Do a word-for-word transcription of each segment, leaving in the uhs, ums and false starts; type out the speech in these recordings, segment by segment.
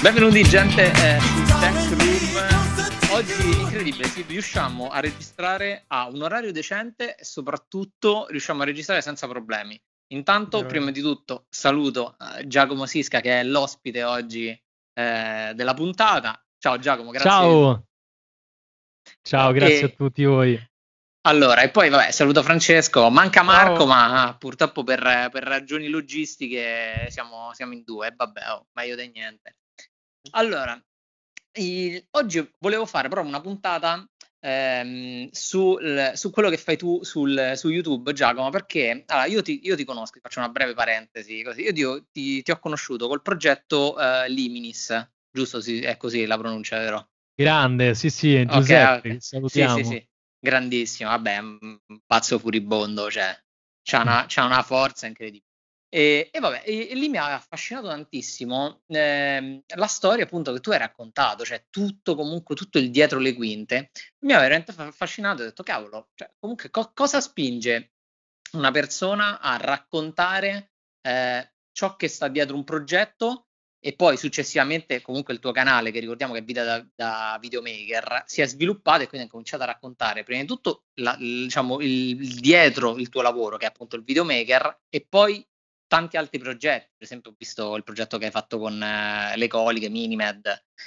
Benvenuti gente eh, sul Tech Room. Oggi incredibile, sì, riusciamo a registrare a un orario decente e soprattutto riusciamo a registrare senza problemi. Intanto, prima di tutto, saluto eh, Giacomo Sisca, che è l'ospite oggi eh, della puntata. Ciao Giacomo, grazie. Ciao, ciao, grazie e, a tutti voi. Allora, e poi vabbè, saluto Francesco, manca Marco, Ciao. ma purtroppo per, per ragioni logistiche siamo, siamo in due, vabbè, oh, meglio di niente. Allora, il, oggi volevo fare proprio una puntata ehm, sul, su quello che fai tu sul, su YouTube, Giacomo, perché allora, io, ti, io ti conosco, ti faccio una breve parentesi, così. Io ti, ti, ti ho conosciuto col progetto eh, Liminis, giusto? Sì, è così la pronuncia, vero? Grande, sì sì, Giuseppe, Okay, che sì, salutiamo. sì, sì, grandissimo, vabbè, è un pazzo furibondo, cioè c'ha una, c'ha una forza incredibile. E, e vabbè, e, e lì mi ha affascinato tantissimo ehm, la storia appunto che tu hai raccontato, cioè tutto comunque, tutto il dietro le quinte. Mi ha veramente fa- affascinato e ho detto, cavolo, cioè, comunque co- cosa spinge una persona a raccontare eh, ciò che sta dietro un progetto e poi successivamente comunque il tuo canale, che ricordiamo che è Vita da, da videomaker, si è sviluppato e quindi hai cominciato a raccontare prima di tutto la, il, diciamo, il, il dietro il tuo lavoro, che è appunto il videomaker, e poi tanti altri progetti. Per esempio ho visto il progetto che hai fatto con eh, le Coliche, Minimed,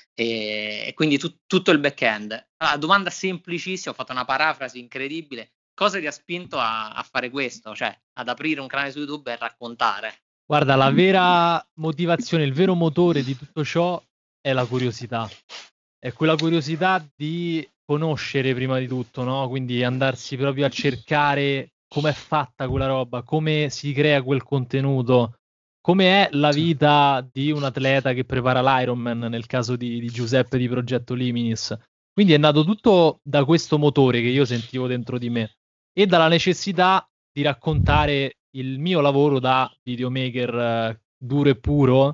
e, e quindi tu, tutto il back-end. Allora, domanda semplicissima, ho fatto una parafrasi incredibile. Cosa ti ha spinto a, a fare questo? Cioè, ad aprire un canale su YouTube e raccontare? Guarda, la vera motivazione, il vero motore di tutto ciò è la curiosità. È quella curiosità di conoscere prima di tutto, no? Quindi andarsi proprio a cercare com'è fatta quella roba, come si crea quel contenuto, come è la vita di un atleta che prepara l'Ironman, nel caso di, di Giuseppe di Progetto Liminis. Quindi è nato tutto da questo motore che io sentivo dentro di me e dalla necessità di raccontare il mio lavoro da videomaker eh, duro e puro.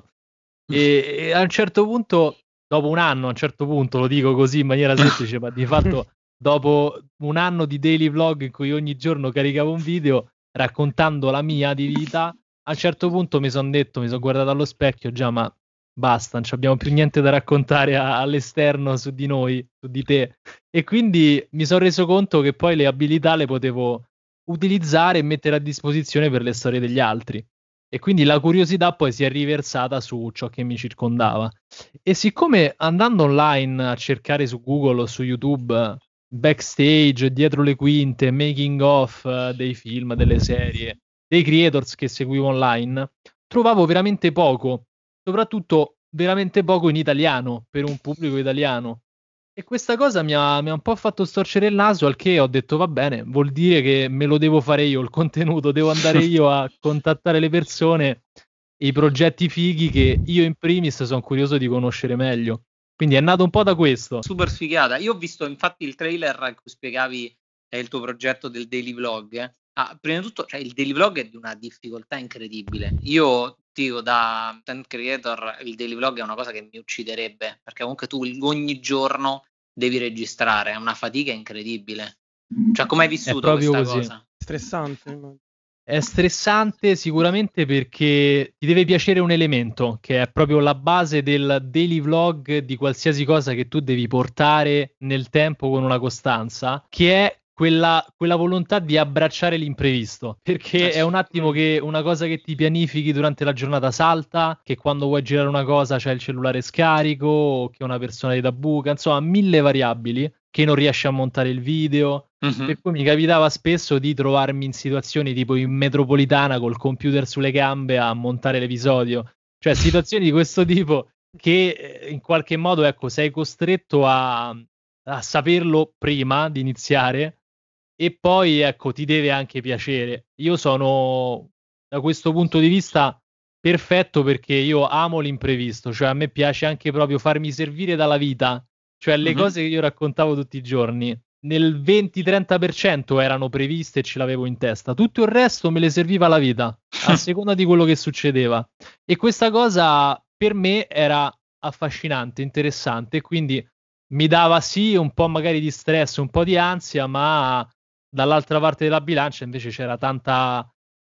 E, e a un certo punto, dopo un anno, a un certo punto, lo dico così in maniera semplice, ma di fatto dopo un anno di daily vlog in cui ogni giorno caricavo un video raccontando la mia di vita, a un certo punto mi sono detto, mi sono guardato allo specchio, già, ma basta, non abbiamo più niente da raccontare a- all'esterno su di noi, su di te. E quindi mi sono reso conto che poi le abilità le potevo utilizzare e mettere a disposizione per le storie degli altri. E quindi la curiosità poi si è riversata su ciò che mi circondava. E siccome andando online a cercare su Google o su YouTube backstage, dietro le quinte, making of eh, dei film, delle serie, dei creators che seguivo online, trovavo veramente poco, soprattutto veramente poco in italiano per un pubblico italiano. E questa cosa mi ha, mi ha un po' fatto storcere il naso, al che ho detto va bene, vuol dire che me lo devo fare io il contenuto, devo andare io a contattare le persone, i progetti fighi che io in primis sono curioso di conoscere meglio. Quindi è nato un po' da questo. Super sfigata. Io ho visto infatti il trailer in cui spiegavi eh, il tuo progetto del daily vlog. eh. Ah, prima di tutto, cioè, il daily vlog è di una difficoltà incredibile. Io ti dico, da content creator, il daily vlog è una cosa che mi ucciderebbe, perché comunque tu ogni giorno devi registrare, è una fatica incredibile. Cioè, come hai È vissuto proprio questa così. cosa? Stressante. È stressante sicuramente perché ti deve piacere un elemento che è proprio la base del daily vlog di qualsiasi cosa che tu devi portare nel tempo con una costanza, che è quella, quella volontà di abbracciare l'imprevisto. Perché è un attimo che una cosa che ti pianifichi durante la giornata salta, che quando vuoi girare una cosa c'è il cellulare scarico, o che una persona ti dà buca, insomma, mille variabili che non riesci a montare il video. Mhm. Per cui mi capitava spesso di trovarmi in situazioni tipo in metropolitana col computer sulle gambe a montare l'episodio, cioè situazioni di questo tipo che eh, in qualche modo, ecco, sei costretto a, a saperlo prima di iniziare e poi, ecco, ti deve anche piacere. Io sono, da questo punto di vista, perfetto perché io amo l'imprevisto, cioè a me piace anche proprio farmi servire dalla vita, cioè le Mhm. cose che io raccontavo tutti i giorni nel venti-trenta per cento erano previste e ce l'avevo in testa, tutto il resto me le serviva la vita, a seconda di quello che succedeva. E questa cosa per me era affascinante, interessante, quindi mi dava sì un po' magari di stress, un po' di ansia, ma dall'altra parte della bilancia invece c'era tanta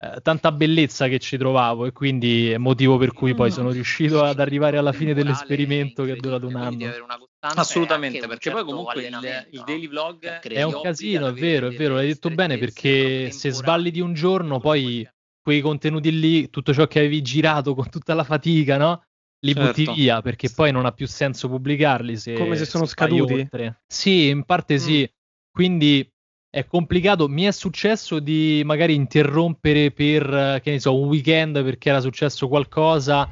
eh, tanta bellezza che ci trovavo, e quindi è motivo per cui poi sono riuscito ad arrivare alla fine dell'esperimento che è durato un anno. Assolutamente, perché poi comunque il, il daily vlog È un casino, è vero, è vero, l'hai detto bene, perché se sballi di un giorno, poi quei contenuti lì, tutto ciò che avevi girato con tutta la fatica, no? Li butti Certo. via, perché poi non ha più senso pubblicarli se, Come se sono se vai scaduti? oltre. Sì, in parte sì. Mm. Quindi è complicato. Mi è successo di magari interrompere per, eh, che ne so, un weekend perché era successo qualcosa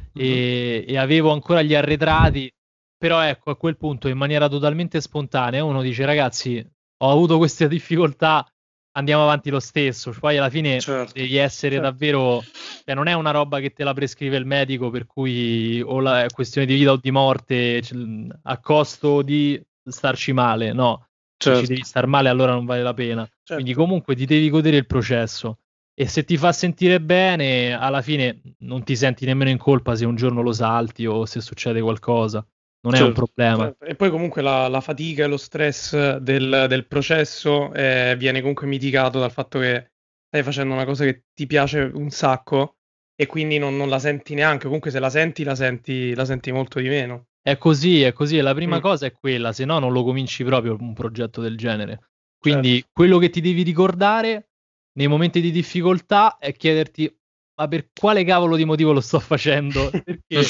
e, e avevo ancora gli arretrati. Però ecco, a quel punto, in maniera totalmente spontanea, uno dice: ragazzi, ho avuto queste difficoltà, andiamo avanti lo stesso. Poi alla fine Certo. devi essere Certo. davvero, cioè non è una roba che te la prescrive il medico, per cui o la è questione di vita o di morte, c- a costo di starci male, no. Se Certo. ci devi star male, allora non vale la pena. Certo. Quindi comunque ti devi godere il processo, e se ti fa sentire bene, alla fine non ti senti nemmeno in colpa se un giorno lo salti o se succede qualcosa. Non è un Certo. problema. Certo. E poi comunque la, la fatica e lo stress del, del processo eh, viene comunque mitigato dal fatto che stai facendo una cosa che ti piace un sacco e quindi non, non la senti neanche. Comunque se la senti, la senti, la senti molto di meno. È così, è così. E la prima Mm. cosa è quella, se no non lo cominci proprio un progetto del genere. Certo. Quindi quello che ti devi ricordare nei momenti di difficoltà è chiederti: ma per quale cavolo di motivo lo sto facendo? Perché?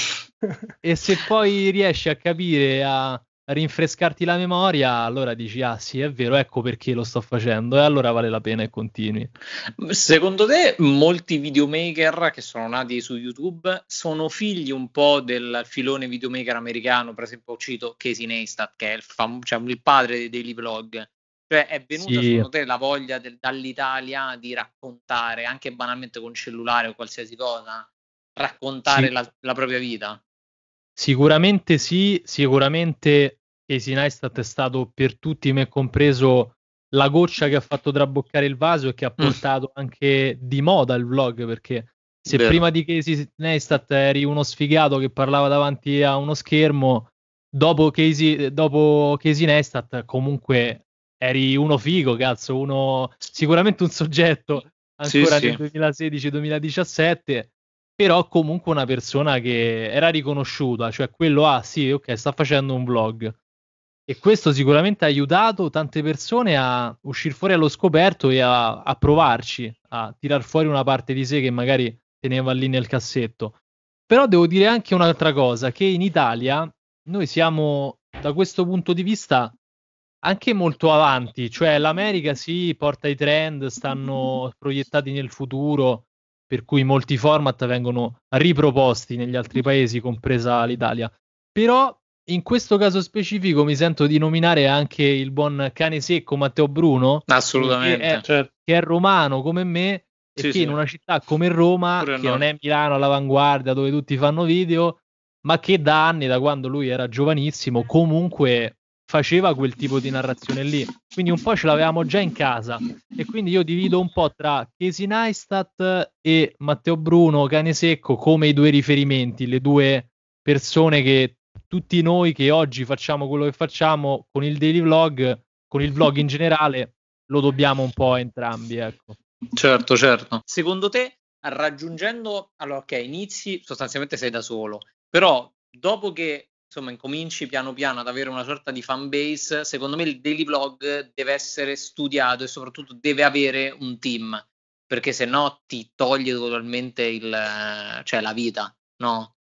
E se poi riesci a capire, a, a rinfrescarti la memoria, allora dici: ah sì, è vero, ecco perché lo sto facendo, e allora vale la pena e continui. Secondo te molti videomaker che sono nati su YouTube sono figli un po' del filone videomaker americano? Per esempio cito Casey Neistat, che è il, fam- cioè, il padre dei daily vlog. Cioè è venuta Sì. secondo te la voglia del- dall'Italia di raccontare, anche banalmente con cellulare o qualsiasi cosa, raccontare Sì. la, la propria vita? Sicuramente sì, sicuramente Casey Neistat è stato, per tutti, me compreso, la goccia che ha fatto traboccare il vaso e che ha portato anche di moda il vlog, perché se Vero. prima di Casey Neistat eri uno sfigato che parlava davanti a uno schermo, dopo Casey, dopo Casey Neistat comunque eri uno figo, cazzo, uno sicuramente un soggetto ancora Sì, nel sì. duemilasedici duemiladiciassette, però comunque una persona che era riconosciuta, cioè quello, ah sì, ok, sta facendo un vlog. E questo sicuramente ha aiutato tante persone a uscire fuori allo scoperto e a, a provarci, a tirar fuori una parte di sé che magari teneva lì nel cassetto. Però devo dire anche un'altra cosa, che in Italia noi siamo, da questo punto di vista, anche molto avanti. Cioè l'America si porta i trend, stanno proiettati nel futuro, per cui molti format vengono riproposti negli altri paesi, compresa l'Italia. Però in questo caso specifico mi sento di nominare anche il buon cane secco Matteo Bruno, che Assolutamente. è, Certo. che è romano come me, e Sì, che sì. in una città come Roma, Pure che noi. non è Milano all'avanguardia dove tutti fanno video, ma che da anni, da quando lui era giovanissimo, comunque faceva quel tipo di narrazione lì. Quindi un po' ce l'avevamo già in casa, e quindi io divido un po' tra Casey Neistat e Matteo Bruno, cane secco, come i due riferimenti, le due persone che tutti noi che oggi facciamo quello che facciamo con il daily vlog, con il vlog in generale, lo dobbiamo un po' a entrambi, ecco. Certo, certo. Secondo te, raggiungendo, allora, ok, inizi, sostanzialmente sei da solo, però dopo che insomma incominci piano piano ad avere una sorta di fan base, secondo me il daily vlog deve essere studiato e soprattutto deve avere un team, perché se no ti toglie totalmente il, cioè la vita, no?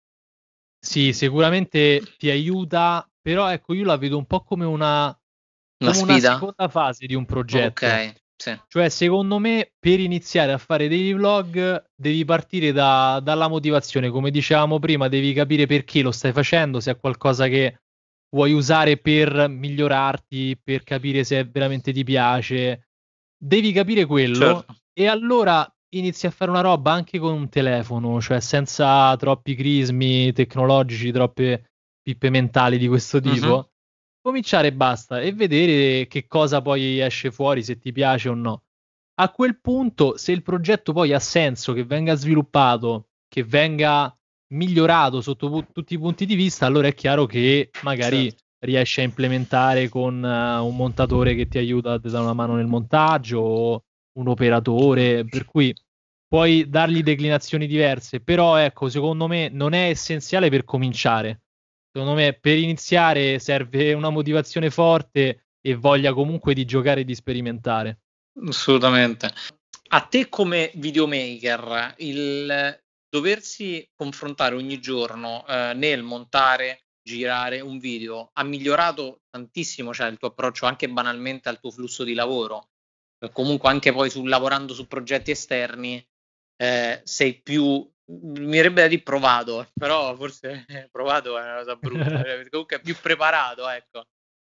Sì, sicuramente ti aiuta, però ecco, io la vedo un po' come una, Una come una sfida? seconda fase di un progetto. Ok, sì. Cioè, secondo me, per iniziare a fare dei vlog devi partire da- dalla motivazione. Come dicevamo prima, devi capire perché lo stai facendo, se è qualcosa che vuoi usare per migliorarti, per capire se veramente ti piace. Devi capire quello, Certo. e allora inizi a fare una roba anche con un telefono, cioè senza troppi crismi tecnologici, troppe pippe mentali di questo tipo. Mhm. Cominciare e basta, e vedere che cosa poi esce fuori, se ti piace o no. A quel punto, se il progetto poi ha senso che venga sviluppato, che venga migliorato sotto pu- tutti i punti di vista, allora è chiaro che magari Certo. riesci a implementare con uh, un montatore che ti aiuta, ti dà una mano nel montaggio, o un operatore, per cui puoi dargli declinazioni diverse, però ecco, secondo me non è essenziale per cominciare. Secondo me per iniziare serve una motivazione forte e voglia comunque di giocare e di sperimentare. Assolutamente. A te come videomaker, il doversi confrontare ogni giorno eh, nel montare, girare un video ha migliorato tantissimo, cioè il tuo approccio anche banalmente al tuo flusso di lavoro, eh, comunque anche poi su, lavorando su progetti esterni, eh, sei più, mi verrebbe da dire provato, però forse provato è una cosa brutta, cioè, comunque più preparato, ecco.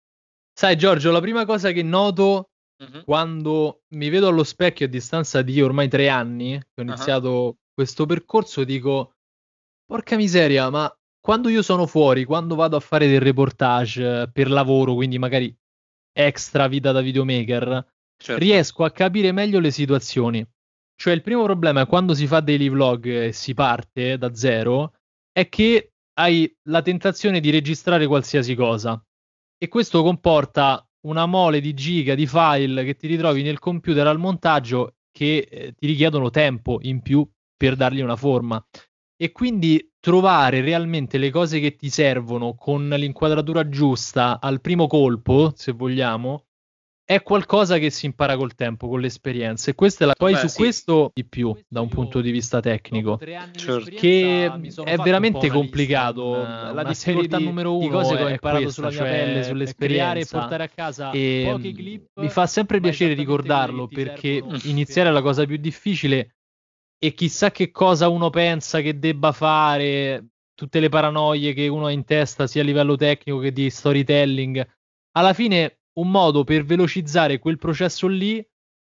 Sai Giorgio, la prima cosa che noto Mhm. quando mi vedo allo specchio a distanza di ormai tre anni, che ho Uh-huh. iniziato questo percorso, dico, porca miseria, ma quando io sono fuori, quando vado a fare del reportage eh, per lavoro, quindi magari extra vita da videomaker, Certo. riesco a capire meglio le situazioni. Cioè il primo problema è quando si fa daily vlog e si parte da zero, è che hai la tentazione di registrare qualsiasi cosa. E questo comporta una mole di giga di file che ti ritrovi nel computer al montaggio che eh, ti richiedono tempo in più per dargli una forma. E quindi trovare realmente le cose che ti servono con l'inquadratura giusta al primo colpo, se vogliamo, è qualcosa che si impara col tempo, con l'esperienza. E questa è la... Poi Beh, su sì. questo di più da un punto di vista tecnico, Certo. che è veramente complicato. Una, La difficoltà di, numero uno di cose che ho è imparato questa, sulla mia cioè pelle, sull'esperienza, creare e portare a casa e poche clip. Mi fa sempre piacere ricordarlo perché iniziare è la cosa più difficile e chissà che cosa uno pensa che debba fare, tutte le paranoie che uno ha in testa sia a livello tecnico che di storytelling. Alla fine un modo per velocizzare quel processo lì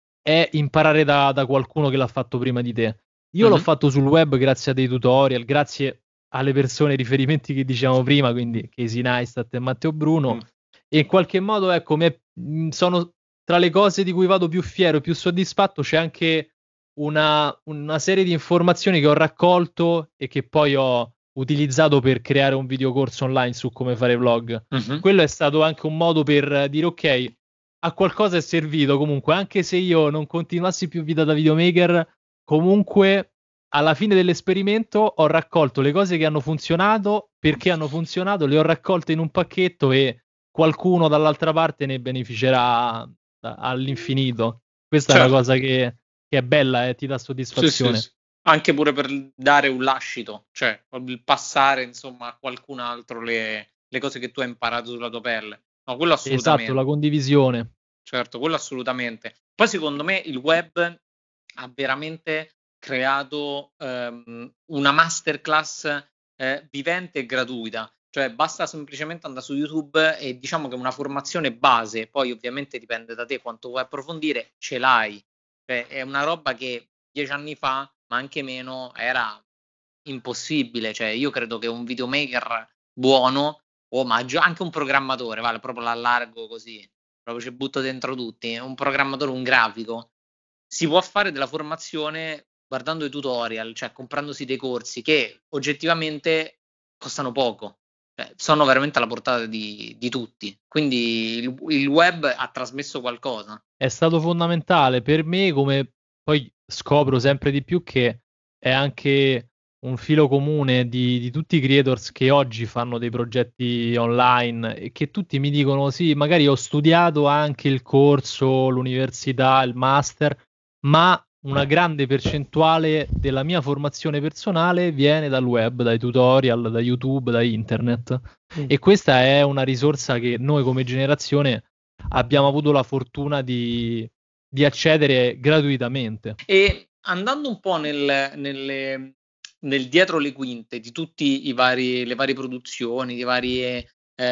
è imparare da, da qualcuno che l'ha fatto prima di te. Io Mhm. l'ho fatto sul web grazie a dei tutorial, grazie alle persone, riferimenti che dicevamo prima, quindi Casey Neistat e Matteo Bruno, Mm. e in qualche modo, ecco, me, mh, sono tra le cose di cui vado più fiero e più soddisfatto, c'è anche una, una serie di informazioni che ho raccolto e che poi ho utilizzato per creare un videocorso online su come fare vlog. Mhm. Quello è stato anche un modo per dire ok, a qualcosa è servito comunque, anche se io non continuassi più vita da videomaker, comunque alla fine dell'esperimento ho raccolto le cose che hanno funzionato, perché hanno funzionato, le ho raccolte in un pacchetto e qualcuno dall'altra parte ne beneficerà all'infinito. Questa Certo. è una cosa che, che è bella e eh, ti dà soddisfazione. Sì, sì, sì. Anche pure per dare un lascito, cioè il passare insomma a qualcun altro le, le cose che tu hai imparato sulla tua pelle. No, quello assolutamente. Esatto, la condivisione. Certo, quello assolutamente. Poi secondo me il web ha veramente creato ehm, una masterclass eh, vivente e gratuita. Cioè basta semplicemente andare su YouTube e diciamo che una formazione base, poi ovviamente dipende da te quanto vuoi approfondire, ce l'hai. Cioè, è una roba che dieci anni fa, ma anche meno, era impossibile. Cioè, io credo che un videomaker buono, o ma anche un programmatore, vale, proprio l'allargo così, proprio ci butto dentro tutti, un programmatore, un grafico, si può fare della formazione guardando i tutorial, cioè comprandosi dei corsi che oggettivamente costano poco. Cioè, sono veramente alla portata di, di tutti. Quindi il, il web ha trasmesso qualcosa. È stato fondamentale per me, come poi scopro sempre di più che è anche un filo comune di, di tutti i creators che oggi fanno dei progetti online e che tutti mi dicono sì, magari ho studiato anche il corso, l'università, il master, ma una grande percentuale della mia formazione personale viene dal web, dai tutorial, da YouTube, da internet. Mm. E questa è una risorsa che noi come generazione abbiamo avuto la fortuna di, di accedere gratuitamente. E andando un po' nel, nelle, nel dietro le quinte di tutte le varie produzioni, di varie,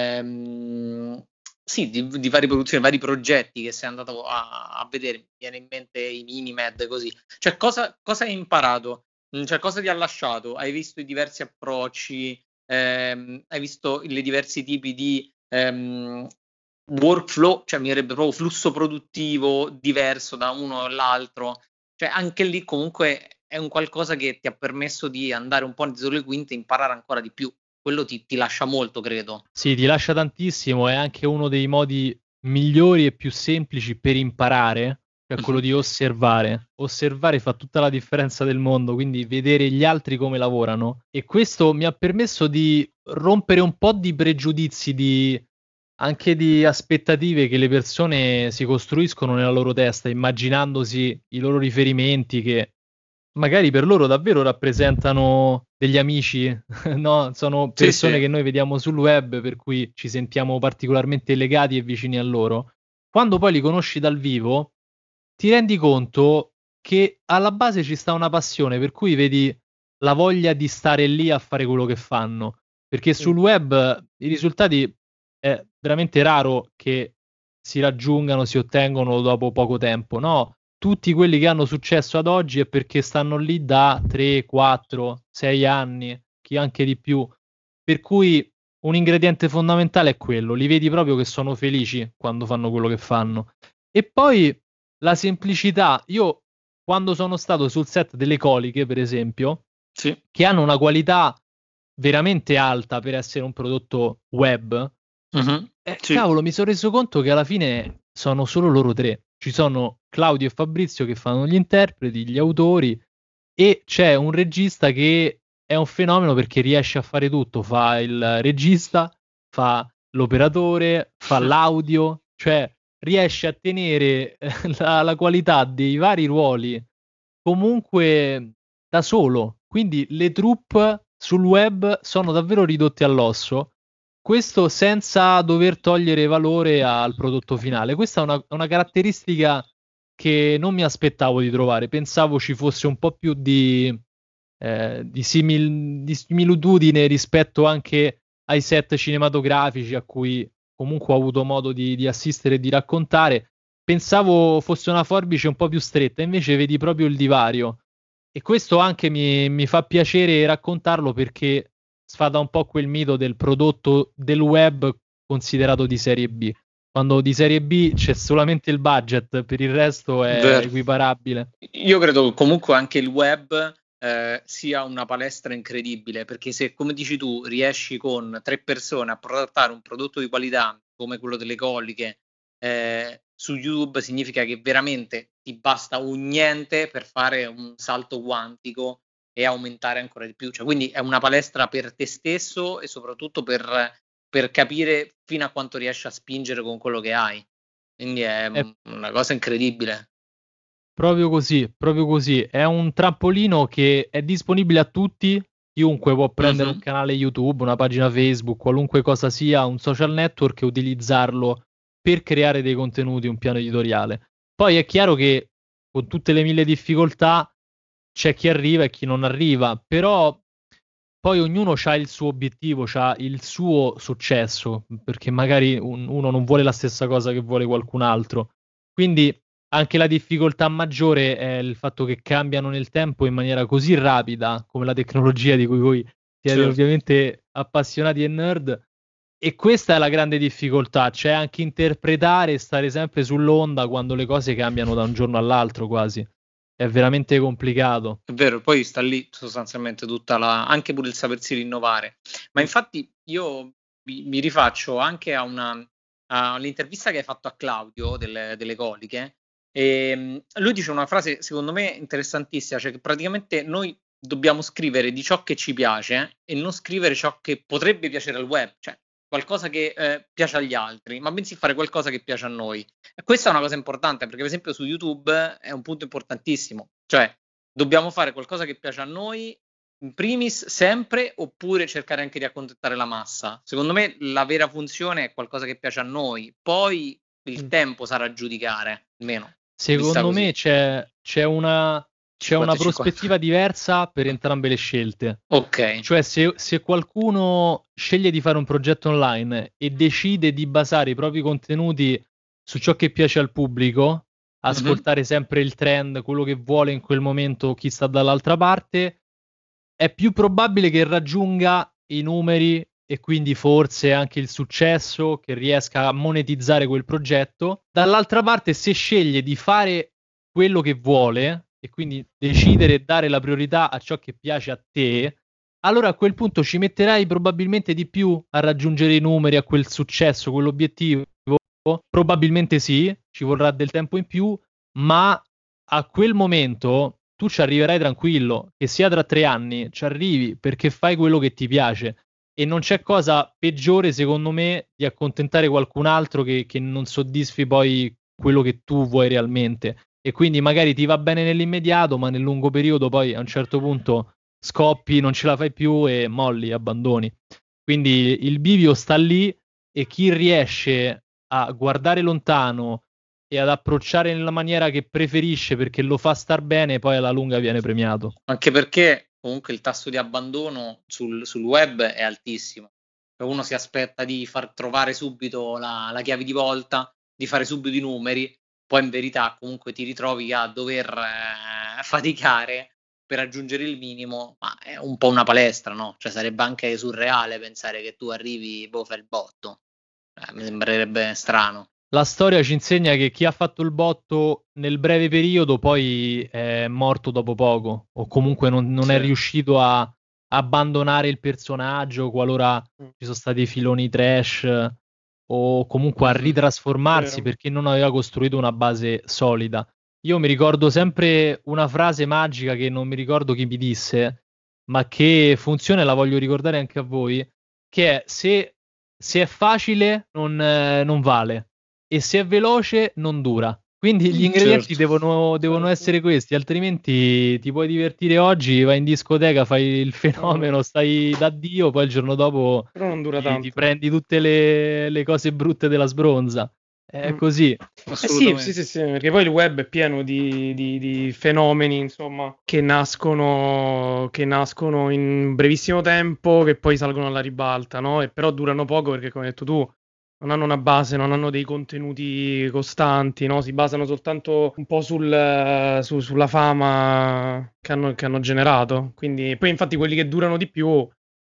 ehm, sì, di, di varie produzioni, vari progetti che sei andato a, a vedere, mi viene in mente i Minimed, così. Cioè, cosa, cosa hai imparato? Cioè, cosa ti ha lasciato? Hai visto i diversi approcci? Ehm, hai visto i diversi tipi di ehm, workflow, cioè mi direbbe proprio flusso produttivo diverso da uno all'altro. Cioè, anche lì comunque è un qualcosa che ti ha permesso di andare un po' dietro le quinte e imparare ancora di più. Quello ti, ti lascia molto, credo. Sì, ti lascia tantissimo, è anche uno dei modi migliori e più semplici per imparare. cioè quello di osservare. Osservare fa tutta la differenza del mondo, quindi vedere gli altri come lavorano. E questo mi ha permesso di rompere un po' di pregiudizi, di anche di aspettative che le persone si costruiscono nella loro testa, immaginandosi i loro riferimenti che magari per loro davvero rappresentano degli amici, no? Sono Sì, persone sì. che noi vediamo sul web, per cui ci sentiamo particolarmente legati e vicini a loro. Quando poi li conosci dal vivo, ti rendi conto che alla base ci sta una passione, per cui vedi la voglia di stare lì a fare quello che fanno. Perché sul web i risultati è veramente raro che si raggiungano, si ottengono dopo poco tempo, no? Tutti quelli che hanno successo ad oggi è perché stanno lì da tre, quattro, sei anni, chi anche di più. Per cui un ingrediente fondamentale è quello, li vedi proprio che sono felici quando fanno quello che fanno. E poi la semplicità, io quando sono stato sul set delle Coliche, per esempio, Sì. che hanno una qualità veramente alta per essere un prodotto web, Mhm. eh, Sì. cavolo, mi sono reso conto che alla fine sono solo loro tre. Ci sono Claudio e Fabrizio che fanno gli interpreti, gli autori, e c'è un regista che è un fenomeno perché riesce a fare tutto. Fa il regista, fa l'operatore, fa l'audio, cioè riesce a tenere eh, la, la qualità dei vari ruoli comunque da solo. Quindi le troupe sul web sono davvero ridotte all'osso. Questo senza dover togliere valore al prodotto finale. Questa è una, una caratteristica che non mi aspettavo di trovare. Pensavo ci fosse un po' più di, eh, di, simil- di similitudine rispetto anche ai set cinematografici a cui comunque ho avuto modo di, di assistere e di raccontare. Pensavo fosse una forbice un po' più stretta, invece vedi proprio il divario. E questo anche mi, mi fa piacere raccontarlo perché sfada un po' quel mito del prodotto del web considerato di serie B. Quando di serie B c'è solamente il budget, per il resto è Vero. equiparabile. Io credo che comunque anche il web eh, sia una palestra incredibile, perché se, come dici tu, riesci con tre persone a portare un prodotto di qualità come quello delle Coliche eh, su YouTube, significa che veramente ti basta un niente per fare un salto quantico e aumentare ancora di più. Cioè, quindi è una palestra per te stesso e soprattutto per, per capire fino a quanto riesci a spingere con quello che hai. Quindi è È una cosa incredibile. proprio così, proprio così. È un trampolino che è disponibile a tutti. Chiunque può prendere un Mhm. canale YouTube, una pagina Facebook, qualunque cosa sia, un social network e utilizzarlo per creare dei contenuti, un piano editoriale. Poi è chiaro che con tutte le mille difficoltà c'è chi arriva e chi non arriva, però poi ognuno ha il suo obiettivo, ha il suo successo, perché magari un- uno non vuole la stessa cosa che vuole qualcun altro. Quindi anche la difficoltà maggiore è il fatto che cambiano nel tempo in maniera così rapida, come la tecnologia di cui voi siete Certo. ovviamente appassionati e nerd. E questa è la grande difficoltà, cioè anche interpretare e stare sempre sull'onda quando le cose cambiano da un giorno all'altro quasi. È veramente complicato. È vero, poi sta lì sostanzialmente tutta la, anche pure il sapersi rinnovare. Ma infatti io mi, mi rifaccio anche a una, all'intervista che hai fatto a Claudio delle, delle Coliche. E mh, lui dice una frase secondo me interessantissima, cioè che praticamente noi dobbiamo scrivere di ciò che ci piace e non scrivere ciò che potrebbe piacere al web, cioè qualcosa che eh, piace agli altri, ma bensì fare qualcosa che piace a noi. E questa è una cosa importante perché per esempio su YouTube è un punto importantissimo, cioè dobbiamo fare qualcosa che piace a noi in primis sempre oppure cercare anche di accontentare la massa. Secondo me la vera funzione è qualcosa che piace a noi, poi il tempo sarà a giudicare, almeno vista Secondo così. me c'è, c'è una, c'è una cinquanta e cinquanta. prospettiva diversa per entrambe le scelte. Ok. Cioè, se, se qualcuno sceglie di fare un progetto online e decide di basare i propri contenuti su ciò che piace al pubblico, Mhm. ascoltare sempre il trend, quello che vuole in quel momento chi sta dall'altra parte, è più probabile che raggiunga i numeri e quindi forse anche il successo, che riesca a monetizzare quel progetto. Dall'altra parte, se sceglie di fare quello che vuole e quindi decidere e dare la priorità a ciò che piace a te, allora a quel punto ci metterai probabilmente di più a raggiungere i numeri, a quel successo, quell'obiettivo. Probabilmente sì, ci vorrà del tempo in più, ma a quel momento tu ci arriverai tranquillo, che sia tra tre anni, ci arrivi perché fai quello che ti piace. E non c'è cosa peggiore, secondo me, di accontentare qualcun altro che, che non soddisfi poi quello che tu vuoi realmente. E quindi magari ti va bene nell'immediato, ma nel lungo periodo poi a un certo punto scoppi, non ce la fai più e molli, abbandoni. Quindi il bivio sta lì e chi riesce a guardare lontano e ad approcciare nella maniera che preferisce perché lo fa star bene, poi alla lunga viene premiato. Anche perché comunque il tasso di abbandono sul, sul web è altissimo. Uno si aspetta di far trovare subito la, la chiave di volta, di fare subito i numeri, poi in verità comunque ti ritrovi a dover eh, faticare per raggiungere il minimo, ma è un po' una palestra, no? Cioè sarebbe anche surreale pensare che tu arrivi, boh, fai il botto. Eh, mi sembrerebbe strano. La storia ci insegna che chi ha fatto il botto nel breve periodo poi è morto dopo poco, o comunque non, non Sì. è riuscito a abbandonare il personaggio qualora Mm. ci sono stati filoni trash, o comunque a Mhm. ritrasformarsi Vero. perché non aveva costruito una base solida. Io mi ricordo sempre una frase magica che non mi ricordo chi mi disse, ma che funziona e la voglio ricordare anche a voi, che è se, se è facile non, eh, non vale e se è veloce non dura. Quindi gli ingredienti Certo. devono, devono Certo. essere questi, altrimenti ti puoi divertire oggi, vai in discoteca, fai il fenomeno, No, stai da Dio, poi il giorno dopo però non dura ti, ti tanto. prendi tutte le, le cose brutte della sbronza. È Mm. così. Eh sì, Assolutamente. sì, sì, sì, perché poi il web è pieno di, di- di fenomeni, insomma, che nascono, che nascono in brevissimo tempo, che poi salgono alla ribalta, no? E però durano poco perché, come hai detto tu, non hanno una base, non hanno dei contenuti costanti, no? Si basano soltanto un po' sul, eh, su- sulla fama che hanno, che hanno generato. Quindi, poi infatti quelli che durano di più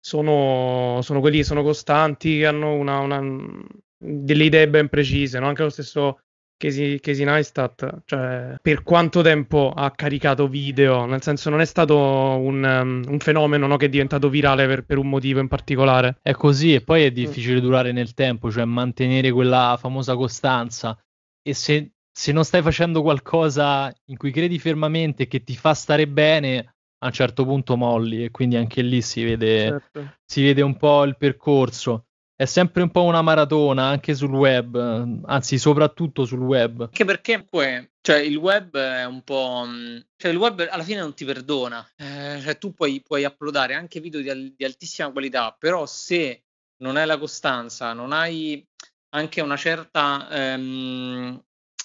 sono, sono quelli che sono costanti, che hanno una, una- delle idee ben precise, no? Anche lo stesso Casey, Casey Neistat, cioè per quanto tempo ha caricato video, nel senso non è stato un, um, un fenomeno, no, che è diventato virale per, per un motivo in particolare. È così e poi è Mm. difficile durare nel tempo, cioè mantenere quella famosa costanza. E se, se non stai facendo qualcosa in cui credi fermamente e che ti fa stare bene, a un certo punto molli e quindi anche lì si vede, Certo. si vede un po' il percorso. È sempre un po' una maratona anche sul web, eh, anzi soprattutto sul web. Anche perché comunque, cioè, il web è un po'. mh, Cioè, il web alla fine non ti perdona. Eh, cioè, tu puoi, puoi uploadare anche video di, al- di altissima qualità, però se non hai la costanza, non hai anche una certa ehm,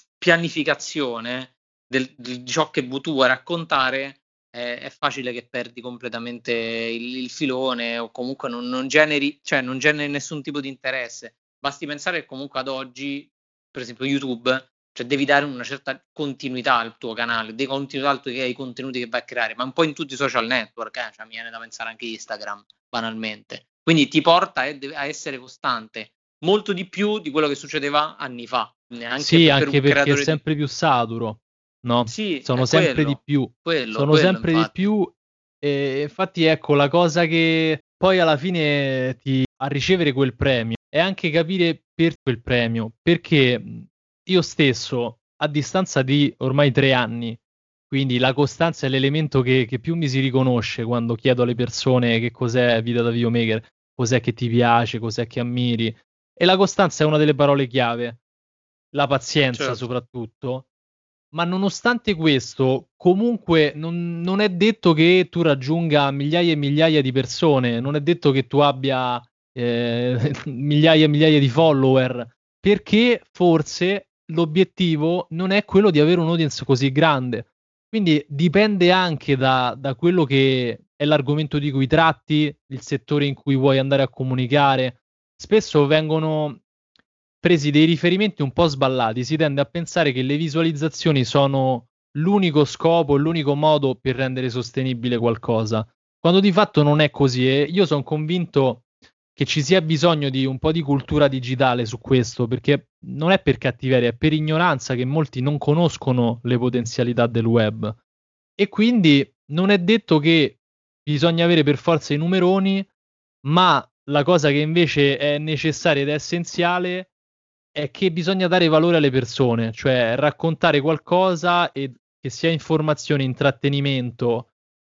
pianificazione del- di ciò che vu- tu vuoi raccontare, eh, è facile che perdi completamente il, il filone o comunque non, non generi, cioè, non generi nessun tipo di interesse. Basti pensare che comunque ad oggi, per esempio YouTube, cioè devi dare una certa continuità al tuo canale, di continuità al tuo, ai contenuti che vai a creare, ma un po' in tutti i social network, eh? Cioè, mi viene da pensare anche Instagram, banalmente. Quindi ti porta a, a essere costante, molto di più di quello che succedeva anni fa, neanche Sì, per, per anche un perché è creatore di. sempre più saturo, no? Sì, Sono è sempre di quello, più, quello, sono quello sempre di infatti. più e infatti ecco la cosa che poi alla fine ti a ricevere quel premio è anche capire per quel premio, perché mh, io stesso a distanza di ormai tre anni, quindi la costanza è l'elemento che, che più mi si riconosce quando chiedo alle persone che cos'è vita da videomaker, cos'è che ti piace, cos'è che ammiri, e la costanza è una delle parole chiave, la pazienza Certo. soprattutto, ma nonostante questo, comunque non, non è detto che tu raggiunga migliaia e migliaia di persone, non è detto che tu abbia eh, migliaia e migliaia di follower, perché forse l'obiettivo non è quello di avere un audience così grande. Quindi dipende anche da, da quello che è l'argomento di cui tratti, il settore in cui vuoi andare a comunicare. Spesso vengono presi dei riferimenti un po' sballati, si tende a pensare che le visualizzazioni sono l'unico scopo, l'unico modo per rendere sostenibile qualcosa, quando di fatto non è così e io sono convinto che ci sia bisogno di un po' di cultura digitale su questo, perché non è per cattiveria, è per ignoranza che molti non conoscono le potenzialità del web e quindi non è detto che bisogna avere per forza i numeroni, ma la cosa che invece è necessaria ed è essenziale è che bisogna dare valore alle persone, cioè raccontare qualcosa e che sia informazione, intrattenimento,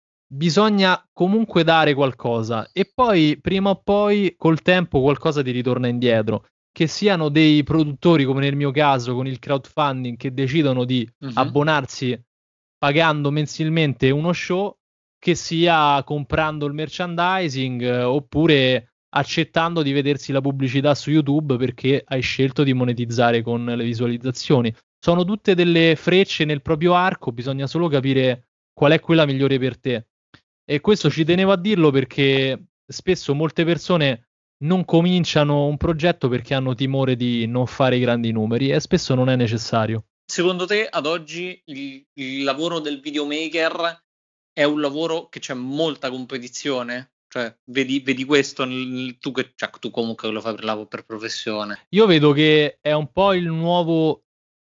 bisogna comunque dare qualcosa e poi prima o poi col tempo qualcosa ti ritorna indietro, che siano dei produttori come nel mio caso con il crowdfunding che decidono di Mhm. abbonarsi pagando mensilmente uno show, che sia comprando il merchandising eh, oppure accettando di vedersi la pubblicità su YouTube perché hai scelto di monetizzare con le visualizzazioni. Sono tutte delle frecce nel proprio arco, bisogna solo capire qual è quella migliore per te. E questo ci tenevo a dirlo perché spesso molte persone non cominciano un progetto perché hanno timore di non fare i grandi numeri e spesso non è necessario. Secondo te, ad oggi, il, il lavoro del videomaker è un lavoro che c'è molta competizione? Cioè, vedi, vedi questo, nel- tu, che, cioè, tu comunque lo fai per, lavoro, per professione. Io vedo che è un po' il nuovo,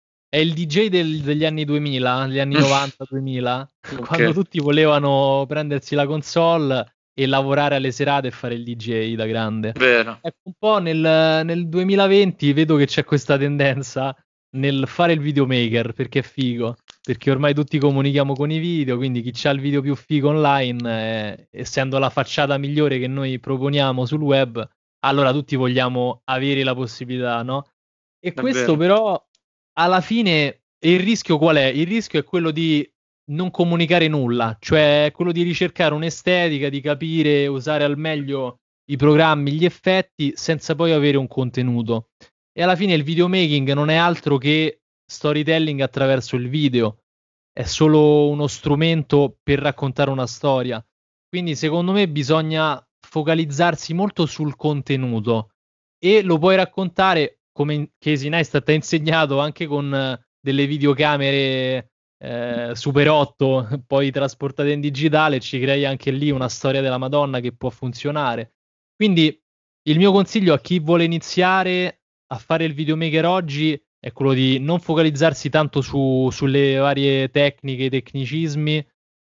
è il D J del- degli anni duemila, degli anni novanta duemila, quando Ok, tutti volevano prendersi la console e lavorare alle serate e fare il D J da grande. vero. Ecco, un po' nel, nel duemilaventi vedo che c'è questa tendenza nel fare il videomaker perché è figo, perché ormai tutti comunichiamo con i video, quindi chi c'ha il video più figo online, eh, essendo la facciata migliore che noi proponiamo sul web, allora tutti vogliamo avere la possibilità, no? E È questo vero. però alla fine il rischio qual è? Il rischio è quello di non comunicare nulla, cioè quello di ricercare un'estetica, di capire, usare al meglio i programmi, gli effetti, senza poi avere un contenuto. E alla fine il videomaking non è altro che storytelling attraverso il video, è solo uno strumento per raccontare una storia. Quindi secondo me bisogna focalizzarsi molto sul contenuto e lo puoi raccontare come in- Casey Neistat ti ha insegnato anche con eh, delle videocamere eh, Super otto, poi trasportate in digitale, ci crei anche lì una storia della Madonna che può funzionare. Quindi il mio consiglio a chi vuole iniziare a fare il videomaker oggi è quello di non focalizzarsi tanto su- sulle varie tecniche, i tecnicismi,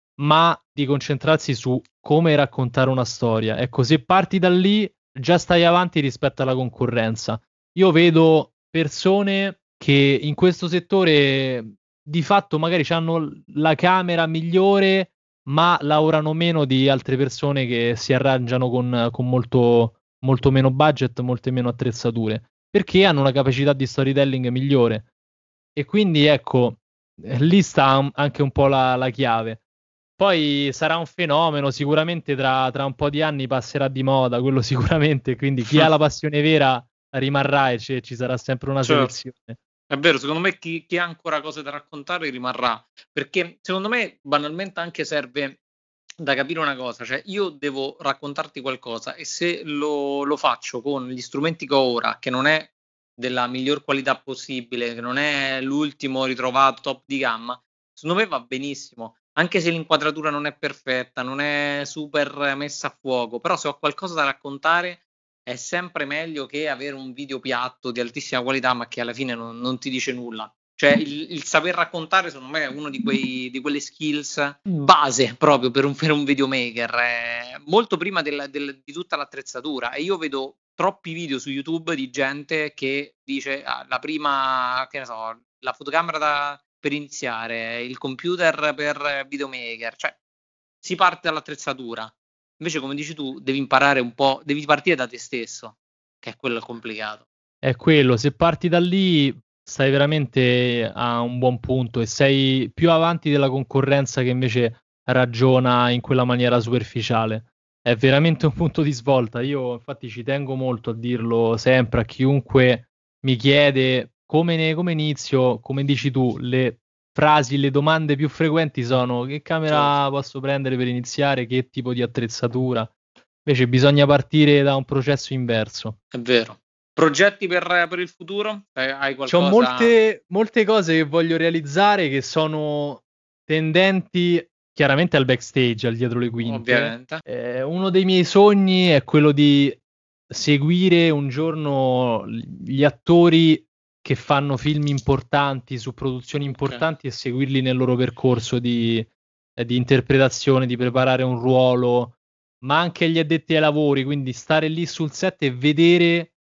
ma di concentrarsi su come raccontare una storia. Ecco, se parti da lì, già stai avanti rispetto alla concorrenza. Io vedo persone che in questo settore di fatto magari hanno la camera migliore, ma lavorano meno di altre persone che si arrangiano con, con molto, molto meno budget, molte meno attrezzature, perché hanno una capacità di storytelling migliore. E quindi ecco, eh, lì sta un- anche un po' la, la chiave. Poi sarà un fenomeno, sicuramente tra, tra un po' di anni passerà di moda, quello sicuramente, quindi chi ha la passione vera rimarrà e ci, ci sarà sempre una Certo. selezione. È vero, secondo me chi, chi ha ancora cose da raccontare rimarrà, perché secondo me banalmente anche serve da capire una cosa, cioè io devo raccontarti qualcosa e se lo, lo faccio con gli strumenti che ho ora, che non è della miglior qualità possibile, che non è l'ultimo ritrovato top di gamma, secondo me va benissimo, anche se l'inquadratura non è perfetta, non è super messa a fuoco, però se ho qualcosa da raccontare è sempre meglio che avere un video piatto di altissima qualità, ma che alla fine non, non ti dice nulla. Cioè, il, il saper raccontare, secondo me, è uno di, quei, di quelle skills base proprio per un, per un videomaker, eh, molto prima del, del, di tutta l'attrezzatura. E io vedo troppi video su YouTube di gente che dice ah, la prima, che ne so, la fotocamera da, per iniziare, il computer per videomaker, cioè si parte dall'attrezzatura. Invece, come dici tu, devi imparare un po', devi partire da te stesso, che è quello complicato. È quello, se parti da lì stai veramente a un buon punto e sei più avanti della concorrenza che invece ragiona in quella maniera superficiale. È veramente un punto di svolta. Io infatti ci tengo molto a dirlo sempre a chiunque mi chiede come, ne, come inizio, come dici tu, le frasi, le domande più frequenti sono che Certo. camera posso prendere per iniziare, che tipo di attrezzatura. Invece bisogna partire da un processo inverso. È vero. Progetti per, per il futuro? Eh, hai C'ho qualcosa? molte, molte cose che voglio realizzare che sono tendenti chiaramente al backstage, al dietro le quinte. Ovviamente. Eh, uno dei miei sogni è quello di seguire un giorno gli attori che fanno film importanti su produzioni Ok. importanti e seguirli nel loro percorso di, eh, di interpretazione, di preparare un ruolo, ma anche gli addetti ai lavori, quindi stare lì sul set e vedere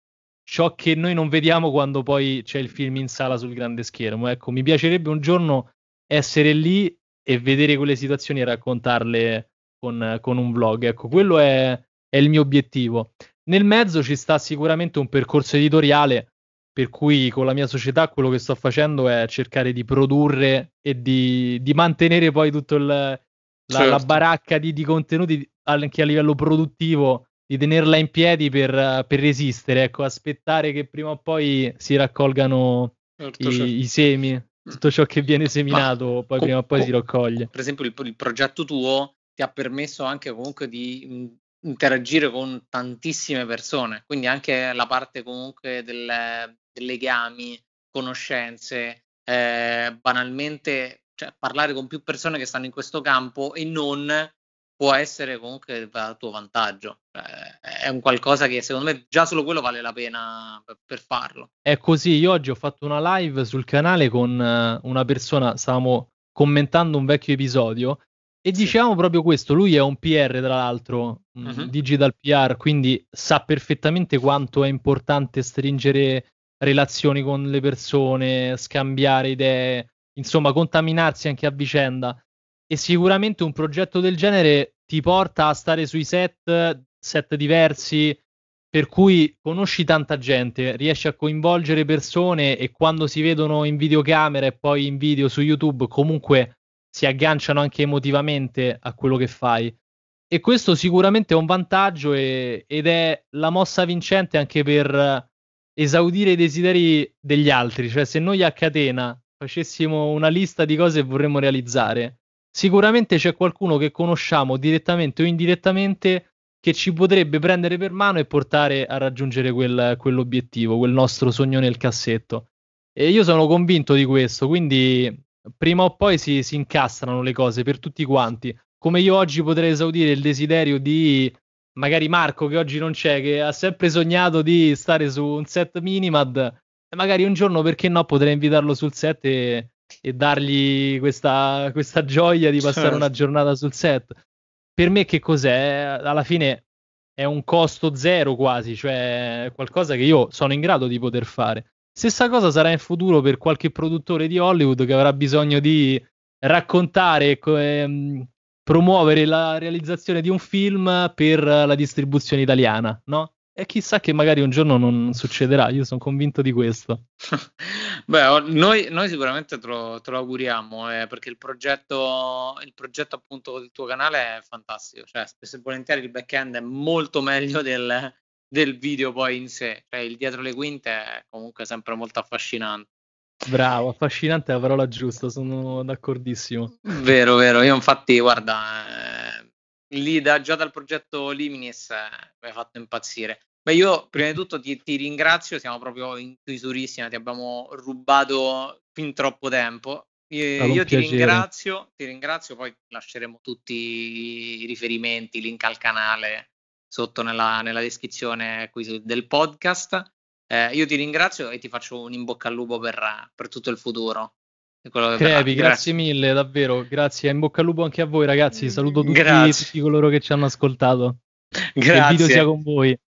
ciò che noi non vediamo quando poi c'è il film in sala sul grande schermo. Ecco, mi piacerebbe un giorno essere lì e vedere quelle situazioni e raccontarle con, con un vlog. Ecco, quello è, è il mio obiettivo. Nel mezzo ci sta sicuramente un percorso editoriale, per cui con la mia società quello che sto facendo è cercare di produrre e di, di mantenere poi tutta la, Certo. la baracca di, di contenuti anche a livello produttivo, di tenerla in piedi per, per resistere, ecco, aspettare che prima o poi si raccolgano Certo, i, certo. i semi, tutto ciò che viene seminato Ma poi co- prima o poi co- si raccoglie. Per esempio il, il progetto tuo ti ha permesso anche comunque di mh, interagire con tantissime persone, quindi anche la parte comunque del, dei legami, conoscenze, eh, banalmente, cioè, parlare con più persone che stanno in questo campo e non può essere comunque a tuo vantaggio. Eh, è un qualcosa che secondo me già solo quello vale la pena per, per farlo. È così, io oggi ho fatto una live sul canale con eh, una persona, stavamo commentando un vecchio episodio e Sì. dicevamo proprio questo, lui è un P R tra l'altro, un Mhm. digital P R, quindi sa perfettamente quanto è importante stringere relazioni con le persone, scambiare idee, insomma contaminarsi anche a vicenda. E sicuramente un progetto del genere ti porta a stare sui set, set diversi, per cui conosci tanta gente, riesci a coinvolgere persone e quando si vedono in videocamera e poi in video su YouTube comunque si agganciano anche emotivamente a quello che fai. E questo sicuramente è un vantaggio e- ed è la mossa vincente anche per esaudire i desideri degli altri. Cioè, se noi a catena facessimo una lista di cose che vorremmo realizzare, sicuramente c'è qualcuno che conosciamo direttamente o indirettamente che ci potrebbe prendere per mano e portare a raggiungere quel, quell'obiettivo, quel nostro sogno nel cassetto. E io sono convinto di questo, quindi prima o poi si, si incastrano le cose per tutti quanti. Come io oggi potrei esaudire il desiderio di magari Marco, che oggi non c'è, che ha sempre sognato di stare su un set Minimad, e magari un giorno, perché no, potrei invitarlo sul set e, e dargli questa, questa gioia di passare una Certo. giornata sul set. Per me che cos'è? Alla fine è un costo zero quasi, cioè qualcosa che io sono in grado di poter fare. Stessa cosa sarà in futuro per qualche produttore di Hollywood che avrà bisogno di raccontare e ehm, promuovere la realizzazione di un film per la distribuzione italiana, no? E chissà che magari un giorno non succederà, io sono convinto di questo. Beh, o- noi, noi sicuramente te lo, te lo auguriamo, eh, perché il progetto, il progetto appunto del tuo canale è fantastico, cioè spesso e volentieri il back-end è molto meglio del, del video poi in sé, cioè il dietro le quinte è comunque sempre molto affascinante. Bravo, affascinante è la parola giusta, sono d'accordissimo. Vero, vero, io infatti, guarda, eh, lì da, già dal progetto Liminis eh, mi hai fatto impazzire. Beh, io prima di tutto ti, ti ringrazio, siamo proprio in chiusurissima, ti abbiamo rubato fin troppo tempo. È Io, stato un io ti piacere. ringrazio, ti ringrazio, poi lasceremo tutti i riferimenti, link al canale sotto nella, nella descrizione qui su- del podcast. Eh, io ti ringrazio e ti faccio un in bocca al lupo per, per tutto il futuro e quello che verrà. Crepi, grazie mille, davvero, grazie. In bocca al lupo anche a voi, ragazzi. Saluto tutti, Grazie. tutti coloro che ci hanno ascoltato. Che il video sia Grazie. con voi.